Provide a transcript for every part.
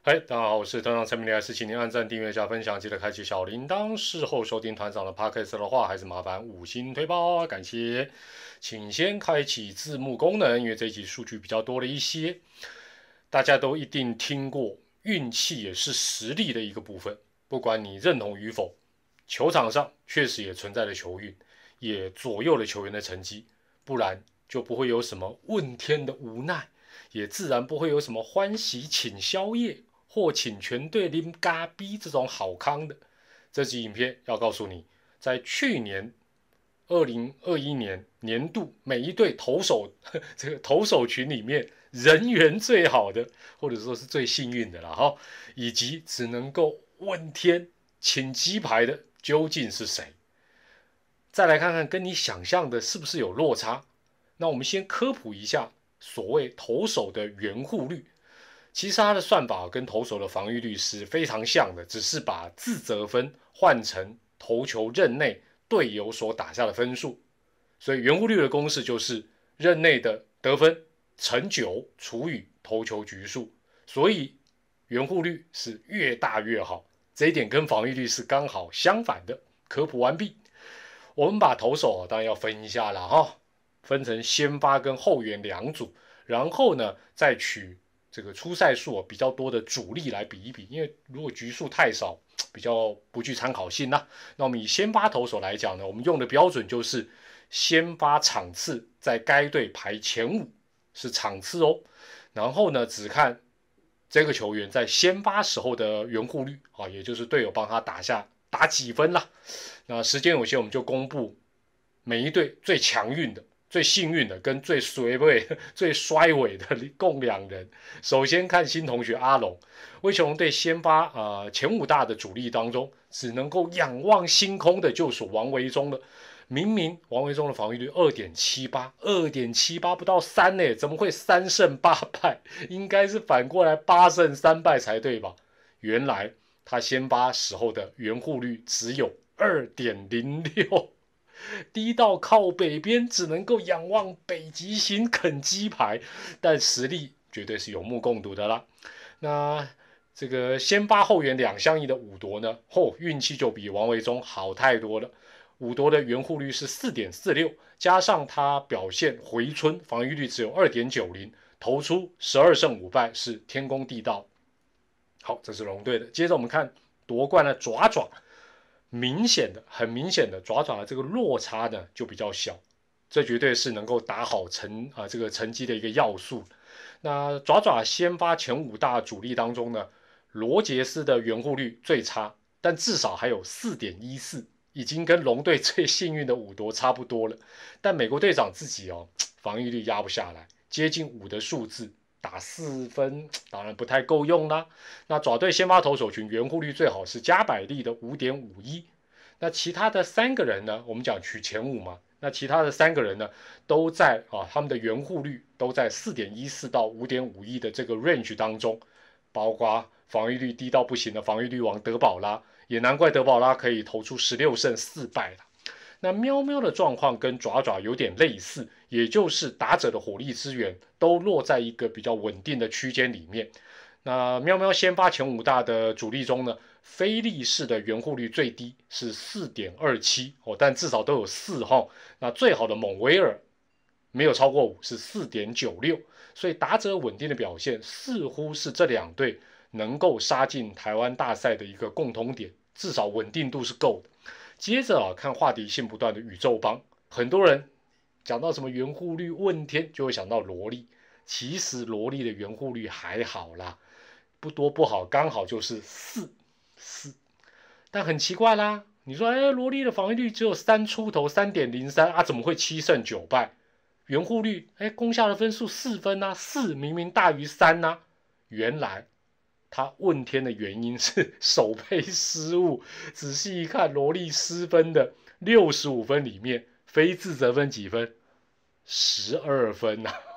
嗨，大家好，我是团长陈明利，还是请您按赞、订阅、加分享，记得开启小铃铛。事后收听团长的 podcast 的话，还是麻烦五星推爆，感谢。请先开启字幕功能，因为这一集数据比较多了一些。大家都一定听过，运气也是实力的一个部分，不管你认同与否，球场上确实也存在着球运，也左右了球员的成绩，不然就不会有什么问天的无奈，也自然不会有什么欢喜请宵夜或请全队啉咖啡这种好康的。这集影片要告诉你，在去年2021年年度每一队投手这个投手群里面人缘最好的，或者说是最幸运的啦哈，以及只能够问天请鸡排的究竟是谁？再来看看跟你想象的是不是有落差？那我们先科普一下所谓投手的援护率。其实它的算法跟投手的防御率是非常像的，只是把自责分换成投球任内队友所打下的分数。所以援护率的公式就是任内的得分乘9除以投球局数，所以援护率是越大越好。这一点跟防御率是刚好相反的。科普完毕。我们把投手当然要分一下了哈，分成先发跟后援两组，然后呢再取这个出赛数比较多的主力来比一比，因为如果局数太少，比较不具参考性啦。那我们以先发投手来讲呢，我们用的标准就是先发场次在该队排前5是场次哦，然后呢只看这个球员在先发时候的援护率啊，也就是队友帮他打几分啦。那时间有限，我们就公布每一队最强运的、最幸运的跟最衰尾、最衰尾的共2人。首先看新同学阿龙，魏球龙队先发前5大的主力当中，只能够仰望星空的就属王维忠了。明明王维忠的防御率2.78，2.78不到3呢，怎么会3胜8败？应该是反过来8胜3败才对吧？原来他先发时候的援护率只有2.06，低到靠北边，只能够仰望北极星啃鸡排，但实力绝对是有目共睹的啦。那这个先发后援2相宜的武夺呢，运气就比王维忠好太多了。武夺的援护率是4.46，加上他表现回春，防御率只有2.90，投出12胜5败，是天公地道。好，这是龙队的。接着我们看夺冠的爪爪，很明显的爪爪的这个落差呢就比较小，这绝对是能够打好这个成绩的一个要素。那爪爪先发前5大主力当中呢，罗杰斯的援护率最差，但至少还有4.14，已经跟龙队最幸运的武夺差不多了。但美国队长自己防御率压不下来，接近5的数字，打4分当然不太够用啦。那爪队先发投手群援护率最好是加百利的5.51，那其他的3个人呢，我们讲取前5嘛，那其他的3个人呢，都在他们的援护率都在4.14到5.51的这个 range 当中，包括防御率低到不行的防御率王德保拉，也难怪德保拉可以投出16胜4败了。那喵喵的状况跟爪爪有点类似，也就是打者的火力资源都落在一个比较稳定的区间里面。那喵喵先发前5大的主力中呢，非力士的援护率最低是4.27但至少都有4哈。那最好的蒙维尔没有超过5，是4.96，所以打者稳定的表现似乎是这2队能够杀进台湾大赛的一个共同点，至少稳定度是够的。接着看话题性不断的宇宙帮，很多人讲到什么援护率问天，就会想到罗莉。其实罗莉的援护率还好啦，不多不好，刚好就是4。但很奇怪啦，你说罗莉的防御率只有3出头，3.03啊，怎么会7胜9败？援护率攻下的分数4分啊，4明明大于3啊，原来他问天的原因是守备失误。仔细一看，罗莉失分的65分里面，非自责分几分？12分啊！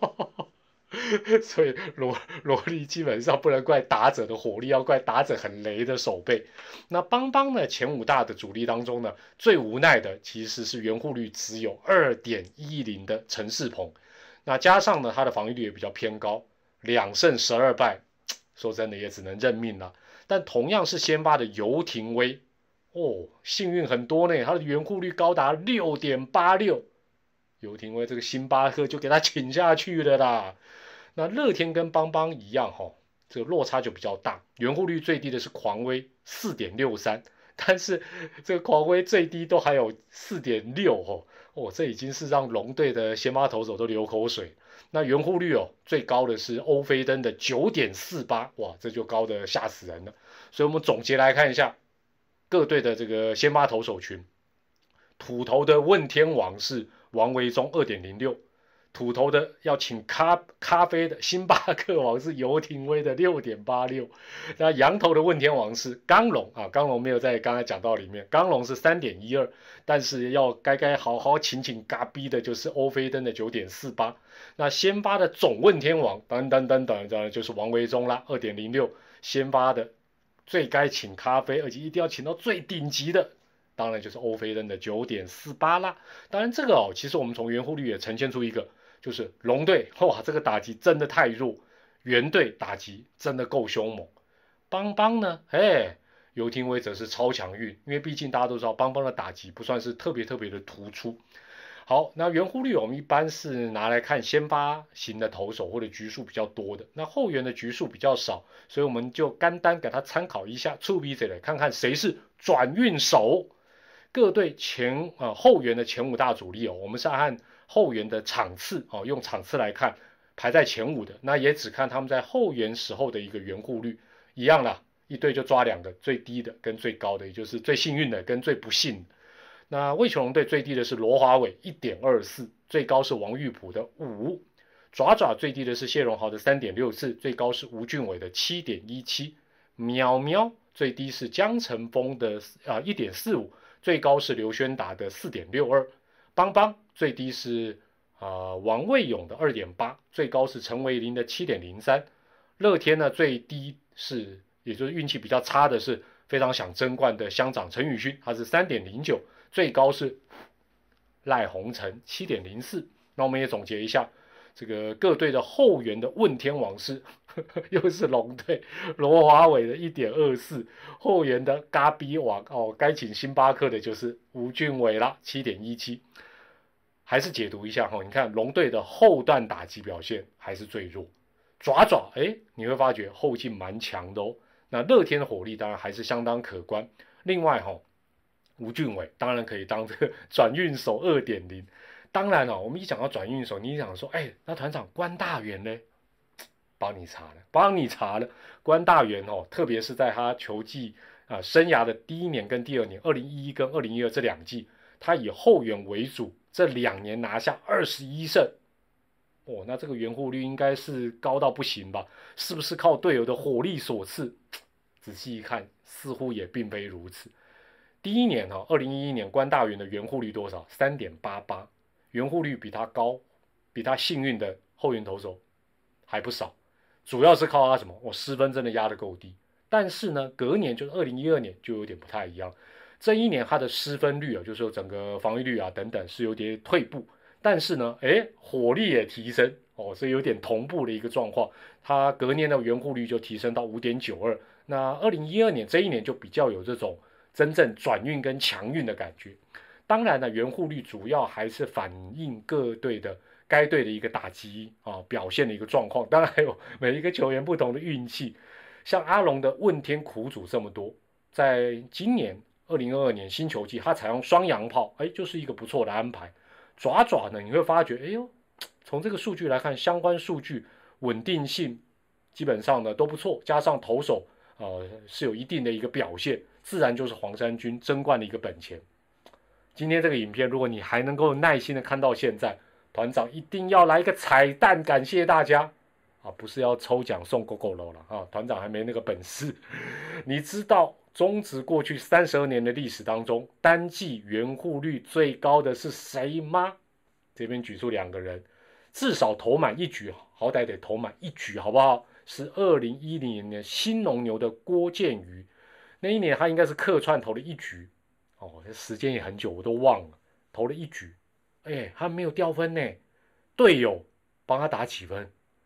所以罗莉基本上不能怪打者的火力，要怪打者很雷的守备。那邦邦呢，前5大的主力当中呢，最无奈的其实是援护率只有2.10的陈世鹏。那加上呢，他的防御率也比较偏高，2胜12败， 说真的也只能认命了。但同样是先发的游廷威，幸运很多呢，他的援护率高达6.86，游廷威这个星巴克就给他请下去了啦。那乐天跟邦邦一样这个落差就比较大，援护率最低的是狂威4.63，但是这个狂威最低都还有4.6这已经是让龙队的先发投手都流口水。那援护率最高的是欧菲登的9.48，哇，这就高的吓死人了。所以我们总结来看一下各队的这个先发投手群，土投的问天王是王维忠2.06，土投的要请咖啡的星巴克王是游廷威的6.86，那洋投的问天王是刚龙刚龙没有在刚才讲到里面，刚龙是3.12，但是要该好好请咖逼的就是欧菲登的9.48，那先发的总问天王等等就是王维忠啦2.06，先发的最该请咖啡，而且一定要请到最顶级的。当然就是欧菲登的9.48啦。当然这个其实我们从援护率也呈现出一个，就是龙队这个打击真的太弱，猿队打击真的够凶猛。邦邦呢，游廷威则是超强运，因为毕竟大家都知道邦邦的打击不算是特别的突出。好，那援护率我们一般是拿来看先发型的投手或者局数比较多的，那后援的局数比较少，所以我们就单给他参考一下，触笔者来看看谁是转运手。各队后援的前5大主力我们是按后援的场次用场次来看排在前5的，那也只看他们在后援时候的一个援护率，一样啦，一队就抓2个，最低的跟最高的，也就是最幸运的跟最不幸的。那味全龙队最低的是罗华伟 1.24， 最高是王玉普的5，爪最低的是谢荣豪的 3.64， 最高是吴俊伟的 7.17， 喵最低是江晨峰的1.45，最高是刘轩达的 4.62， 邦邦最低是王卫勇的 2.8， 最高是陈维林的 7.03， 乐天呢最低是也就是运气比较差的是非常想争冠的乡长陈宇勋，他是 3.09， 最高是赖鸿成 7.04。 那我们也总结一下这个各队的后援的问天王是又是龙队罗华伟的 1.24， 后援的嘎逼王该请星巴克的就是吴俊伟啦 7.17。 还是解读一下你看龙队的后段打击表现还是最弱，爪你会发觉后劲蛮强的那乐天的火力当然还是相当可观。另外吴俊伟当然可以当这个转运手 2.0。当然我们一讲到转运手，你想说那团长关大元呢？帮你查了，关大元特别是在他球季生涯的第1年跟第2年，2011跟2012这2季，他以后援为主，这2年拿下21胜。那这个援护率应该是高到不行吧？是不是靠队友的火力所赐？仔细一看，似乎也并非如此。第1年2011年关大元的援护率多少？ 3.88， 援护率比他高，比他幸运的后援投手还不少，主要是靠他什么？失分真的压得够低。但是呢，隔年就是2012年就有点不太一样。这1年他的失分率就是说整个防御率等等是有点退步，但是呢，火力也提升所以有点同步的一个状况。他隔年的援护率就提升到 5.92。那2012年这1年就比较有这种真正转运跟强运的感觉。当然呢，援护率主要还是反映各队的该队的一个打击表现的一个状况，当然还有每一个球员不同的运气。像阿龙的问天苦主这么多，在今年2022年新球季，他采用双洋炮，就是一个不错的安排。爪呢，你会发觉，从这个数据来看，相关数据稳定性基本上呢都不错，加上投手是有一定的一个表现，自然就是黄衫军争冠的一个本钱。今天这个影片，如果你还能够耐心的看到现在，团长一定要来一个彩蛋，感谢大家不是要抽奖送狗肉了团长还没那个本事。你知道中职过去32年的历史当中，单季援护率最高的是谁吗？这边举出2个人，至少投满1局，好歹得投满1局，好不好？是2010年新农牛的郭建宇，那1年他应该是客串投了1局。时间也很久，我都忘了，投了1局，他没有掉分呢，队友帮他打几分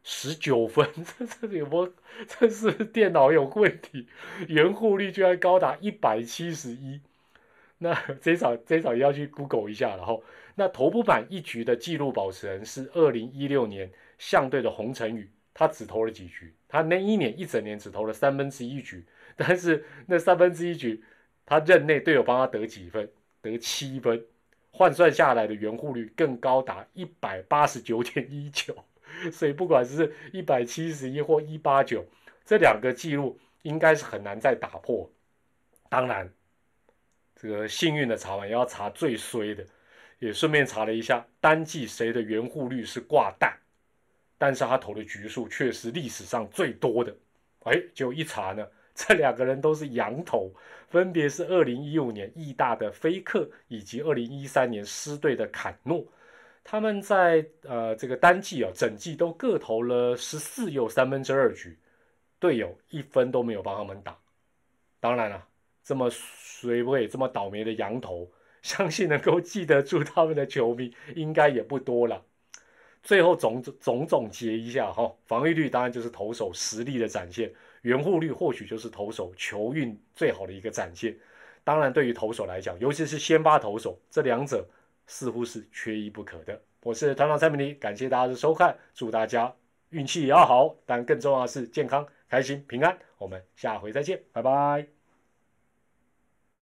19分，这是电脑有问题，圆弧率居然高达171。那这场也要去 Google 一下，然后那头部版一局的纪录保持人是2016年象队的洪承宇，他只投了几局，他那一年一整年只投了1/3局，但是那1/3局他任内队友帮他得几分？得7分，换算下来的圆弧率更高达189.19，所以不管是171或189，这两个记录应该是很难再打破。当然，这个幸运的查完也要查最衰的，也顺便查了一下单季谁的圆弧率是挂蛋，但是他投的局数却是历史上最多的。结果一查呢，这两个人都是洋投，分别是2015年义大的菲克以及2013年狮队的坎诺。他们在这个单季整季都各投了14又2/3局，队友一分都没有帮他们打。当然了，这么衰位、这么倒霉的洋投，相信能够记得住他们的球迷应该也不多了。最后总结一下哈，防御率当然就是投手实力的展现，圆弧率或许就是投手球运最好的一个展现。当然，对于投手来讲，尤其是先发投手，这两者似乎是缺一不可的。我是团长蔡明黎，感谢大家的收看，祝大家运气也要好，但更重要的是健康、开心、平安。我们下回再见，拜拜。